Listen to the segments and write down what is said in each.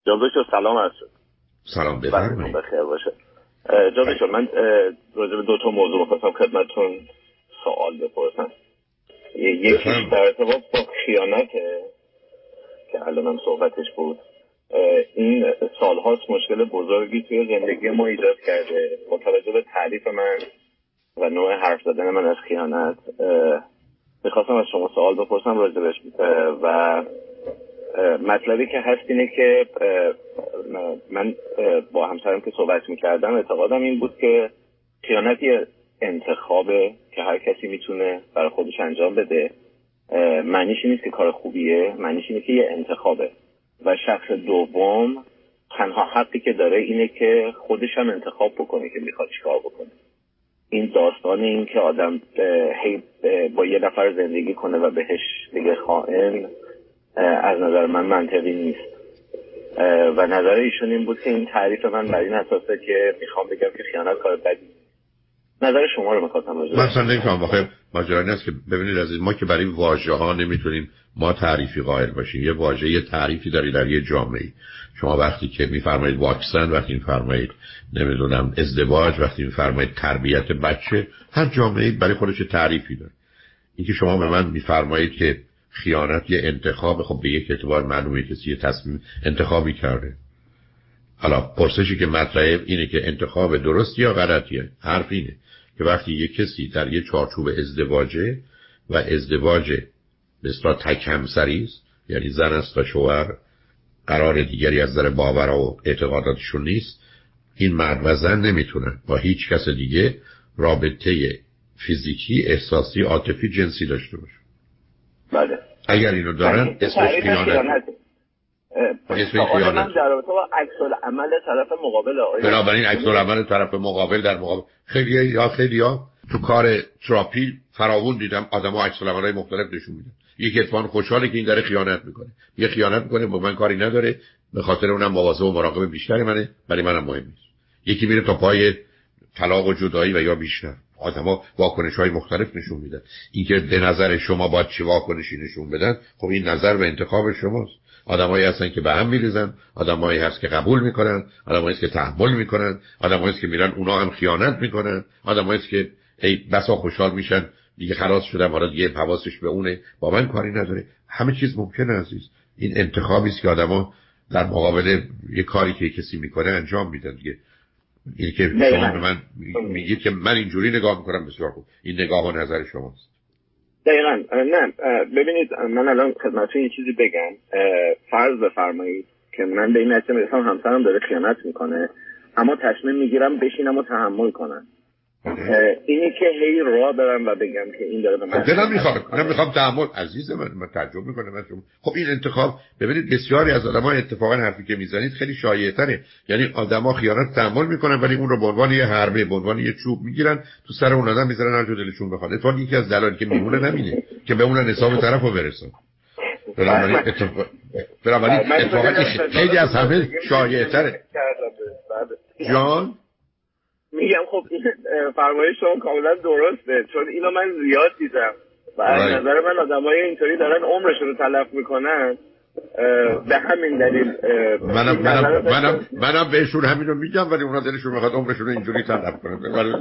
جناب دکتر سلام عرض شد. سلام بفرمایید. بخیر باشه. جناب دکتر من راجع به دو تا موضوع می‌خواستم خدمتتون سوال بپرسم. یکیش در ارتباط با خیانته که الانم صحبتش بود. این سال‌هاست مشکل بزرگی توی زندگی ما ایجاد کرده. با توجه به تعریف من و نوع حرف زدن من از خیانت میخواستم از شما سوال بپرسم راجبش و مطلبی که هست اینه که من با همسرم که صحبت میکردم اعتقادم این بود که خیانت یه انتخابه که هر کسی میتونه برای خودش انجام بده. معنیش نیست که کار خوبیه، معنیش اینه که یه انتخابه و شخص دوم تنها حقی که داره اینه که خودش هم انتخاب بکنه که میخواد چیکار بکنه. این داستان این که آدم با یه نفر زندگی کنه و بهش دیگه خائن از نظر من منطقی نیست و نظر ایشون این بود که این تعریف من بر این اساسه که میخوام بگم که خیانت کار بدی. نظر شما رو میخواستم راجع من اصلا نمی‌فهمم. واقعا ماجرا این است که ببینید عزیز، ما که برای واژه‌ها نمیتونیم ما تعریفی قائل باشیم. یه واژه یه تعریفی داره در یه جامعه. شما وقتی که میفرمایید واکسن، وقتی میفرمایید نمیدونم ازدواج، وقتی میفرمایید تربیت بچه، هر جامعه‌ای برای خودش تعریفی داره. اینکه شما به من میفرمایید که خیانت یه انتخاب، خب به یک اعتبار معلومه کسی یه تصمیم انتخابی کرده. حالا پرسشی که مطرحه اینه که انتخاب درست یا غلطیه. حرف اینه که وقتی یک کسی در یه چارچوب ازدواجه و ازدواج به اصطلاح تک همسری است، یعنی زن است و شوهر، قرار دیگری از نظر باور و اعتقاداتشون نیست، این مرد و زن نمیتونن با هیچ کس دیگه رابطه فیزیکی، احساسی، عاطفی، جنسی داشته باشن. بله. اگر اینو دارن اسمش خیانت. اسمش خیانت در رابطه با عکس العمل طرف مقابل. بنابراین عکس العمل طرف مقابل در مقابل خیلیا تو کار تراپی فراوون دیدم آدم‌ها عکس العمل‌های مختلف نشون میدن. یک اتفاق خوشحاله که این داره خیانت میکنه، یه خیانت میکنه با من کاری نداره، به خاطر اونم مواظب و مراقب بیشتر منه، برای منم مهم نیست. یکی میره تا پای طلاق و جدایی و یا بیشتر. آدم‌ها واکنش‌های مختلف نشون میدن. اینکه به نظر شما باید چه واکنشی نشون بدن، خب این نظر و انتخاب شماست. آدمایی هستن که به هم میریزن، آدمایی هست که قبول میکنن، آدمایی هست که تحمل میکنن، آدمایی هست که میرن اونا هم خیانت میکنن، آدمایی هست که بسا خوشحال میشن دیگه خلاص شدم، حالا دیگه حواسش به اونه، با من کاری نداره. همه چیز ممکنه عزیز. این انتخابی است که آدما در مقابل یه کاری که کسی میکنه انجام میدن دیگه. این که شما به من میگید که من اینجوری نگاه میکنم، بسیار خوب، این نگاه و نظر شماست. دقیقاً. نه ببینید من الان خدمتتون یه چیزی بگم. فرض بفرمایید که من به این نتیجه میرسم همسرم داره خیانت میکنه، اما تصمیم میگیرم بشینم و تحمل کنم. اینی که هی راه برم و بگم که این داره به من دلم میخوام تحمل. عزیز من تعجب میکنم. خب این انتخاب، ببینید بسیاری از آدم‌ها اتفاقا حرفی که میزنید خیلی شایع‌تره. یعنی آدم‌ها خیانت تحمل میکنن ولی اون رو به عنوان یه حربه، به عنوان یه چوب میگیرن تو سر اون آدم میذارن هر جا دلشون بخواد. اتفاقا یکی از دلایلی که میمونه نمینه که به اون حساب طرفو برسن. بنابراین اتفاقا خیلی از همه شایع‌تره. جان میگم خب این فرمایش شما کاملا درسته، چون اینو من زیاد دیدم و از نظر من آدمای اینطوری دارن عمرشون رو تلف میکنن. به همین دلیل منم بهشون همین رو میگم، ولی اونا دلشون میخواد عمرشون رو اینجوری تلف کنن.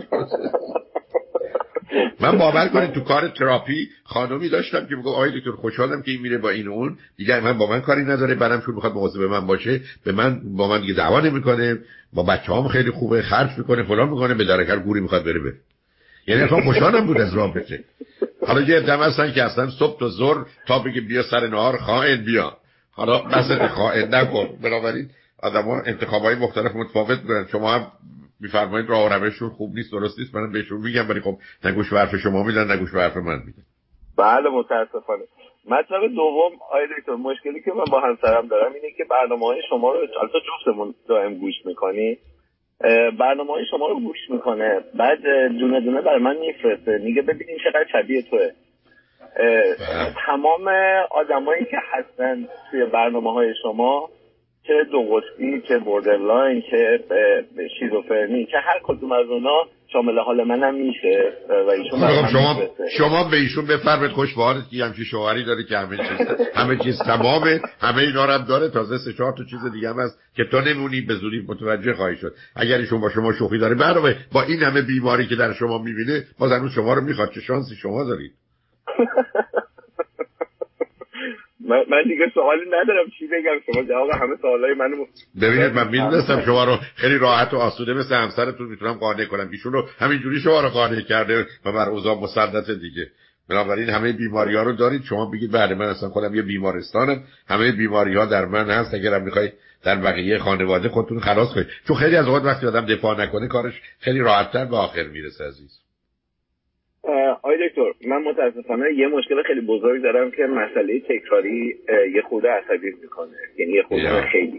من باور کنید تو کار تراپی خانومی داشتم که میگه آقای دکتر خوشحالم که این میره با این اون دیگه، من با من کاری نداره، برامشون میخواد مواظب من باشه، با من دیگه دعوا نمیکنه، با بچه‌هام خیلی خوبه، خرج میکنه، فلان میکنه، به درکر گوری میخواد بره. یعنی اصلا خوشحالم بود از رابطه. حالا یه دم هستن که اصلا صبح تا ظهر تا بگه بیا سر نهار خائن بیا، حالا بس خائن نکن. بنابراین آدم‌ها انتخابای مختلف متفاوت دارن. شما هم میفرمایید راه و روششون خوب نیست، درست نیست، منم بهشون میگم، ولی خب نگوش به حرف شما میدن، نگوش به حرف من میدن. بله متاسفانه. مطلب دوم آقای دکتر، مشکلی که من با همسرم دارم اینه که برنامه‌های شما رو البته جفتمون دائم گوش می‌کنی، برنامه‌های شما رو گوش میکنه، بعد دونه دونه برای من میفرسته، میگه ببینین چقدر شبیه توئه. تمام آدمایی که هستن توی برنامه‌های شما، چه دو قطبی، چه بوردرلاین، چه شیزوفرنی، چه هر کدوم از اونا شامل حال منم میشه و ایشون شما به ایشون بفرمایید خوش بهارت که همچین شوهری داره که همه چیز تمامه، همه اینا رو هم داره، تازه 3-4 تا چیز دیگه هم هست که تو نمونی به زودی متوجه خواهی شد. اگر ایشون با شما شوخی داره علاوه با این همه بیماری که در شما میبینه باز هنوز شما رو میخواد، چه شانسی شما دارید. من دیگه سوالی ندارم، چی بگم، شما جواب همه سوالای منو. ببینید من میدونستم شما رو خیلی راحت و آسوده مثل همسرتون میتونم قانع کنم، ایشون رو همینجوری شما رو قانع کرده و بر اوضاع مسلط دیگه. بنابراین همه بیماری‌ها رو دارید، شما بگید بله من اصلا خودم یه بیمارستانم، همه بیماری‌ها در من هست، اگرم می‌خواید در بقیه خانواده خودتون خلاص کنید. چون خیلی از اوقات وقتی آدم دفاع نکنه کارش خیلی راحت‌تر به آخر میرسه عزیز. آقای دکتر من متاسفانه یه مشکل خیلی بزرگ دارم که مسئله تکراری یه خورده عصبی میکنه، یعنی یه خورده خیلی.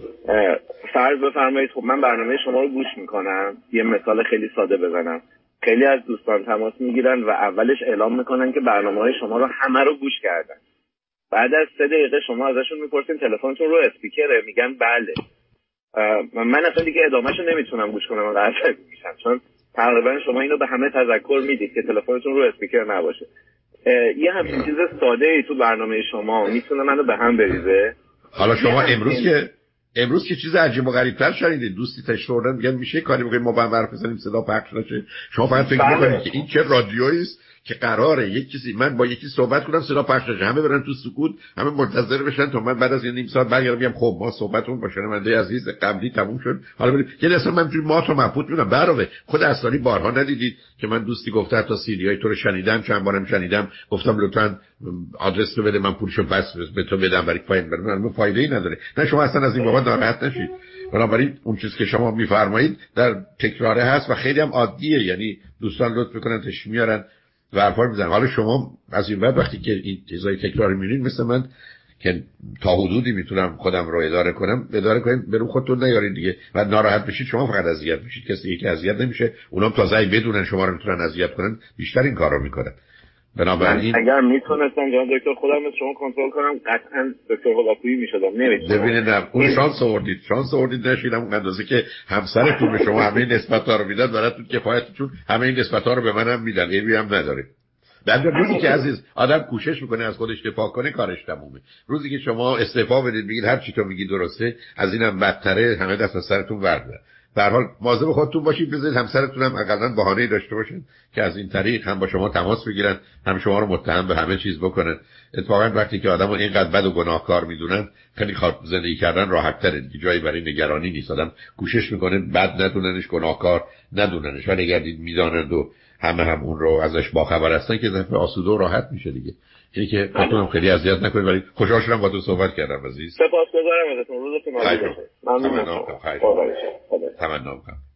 فرض بفرمایید خب من برنامه شما رو گوش میکنم، یه مثال خیلی ساده بزنم، خیلی از دوستان تماس میگیرن و اولش اعلام میکنن که برنامه‌های شما رو همه رو گوش کردن. بعد از 3 دقیقه شما ازشون میپرسین تلفنتون رو اسپیکره، میگن بله. من اصلا دیگه ادامهشو نمیتونم گوش کنم، من عصبی میشم، چون تقریبا شما اینو به همه تذکر میدید که تلفنتون رو اسپیکر نباشه. یه همچین چیز ساده ای تو برنامه شما میتونه منو به هم بریزه. حالا شما امروز که چیز عجیب و غریب‌تر شنیدید، دوستی تشوردن میگن میشه کاری بکنیم ما با هم حرف بزنیم صدا پخش نشه. شما فقط فکر می‌کنید که این چه رادیویی است که قراره یک چیزی من با یکی صحبت کنم صدا پخش نشه، همه برن تو سکوت، همه منتظر بشن تا من بعد از نیم ساعت برگردم بگم خب ما صحبتمون با شنونده عزیز قبلی تموم شد، حالا بریم یه اصلا من توی ما تو مبهوت می‌شم. برای خود اصلی بارها ندیدید که من دوستی گفته حتی سیدیای تو رو شنیدم، چند بارم شنیدم، گفتم لطفاً آدرس رو بده من پولشو پس به تو بدم، برای پایین برم فایده‌ای نداره. نه شما اصلا از این بابت ناراحت نشید. بنابراین اون چیزی که شما میفرمایید در تکراره هست و خیلی هم عادیه، یعنی دوستان لطف میکنن تش میارن و حرفا میزنن. حالا شما از این بعد وقتی که این چیزای تکراری میبینید مثل من که تا حدودی میتونم خودم رو اداره کنم برو خودتون نیارید دیگه و ناراحت بشید، شما فقط اذیت میشید، کسی که اذیت نمیشه. اونام تازه بدونن شما رو میتونن اذیت کنن بیشتر این کارو میکنن. بنابراین اگر میتونستم جان دکتر خودم رو شما کنترل کنم قطعا دکتر هلاکویی میشدم. نمیتونم. ببینید اون شانس آوردید نشیدم اون اندازه که همسرتون به شما همه نسبت‌ها رو میدن براتون کفایت، چون همه این نسبت‌ها رو به منم میدن، عیبی هم نداره. در روزی که عزیز آدم کوشش میکنه از خودش دفاع کنه کارش تمومه. روزی که شما استعفا بدید بگید هر چی تو میگی درسته، از اینم بدتره، همه دست از سرتون ورده. به هر حال مواظب خودتون باشید، بذارید همسرتون هم حداقل بهانه‌ای داشته باشین که از این طریق هم با شما تماس بگیرن، هم شما رو متهم به همه چیز بکنن. اتفاقا وقتی که آدمو اینقدر بد و گناهکار میدونن خیلی زندگی کردن راحت‌تره، جایی برای نگرانی نیست. آدم کوشش میکنه بد ندوننش، گناهکار ندوننش، ولی اگر میدونن و هم اون رو ازش باخبر هستن که دفعه آسوده و راحت میشه دیگه. اینی که خودتون خیلی اذیت نکنید. ولی خوشحال شدم با تو صحبت کردم عزیز. سپاسگزارم ازتون، روزتون عالی باشه. ممنون. تمنا می‌کنم.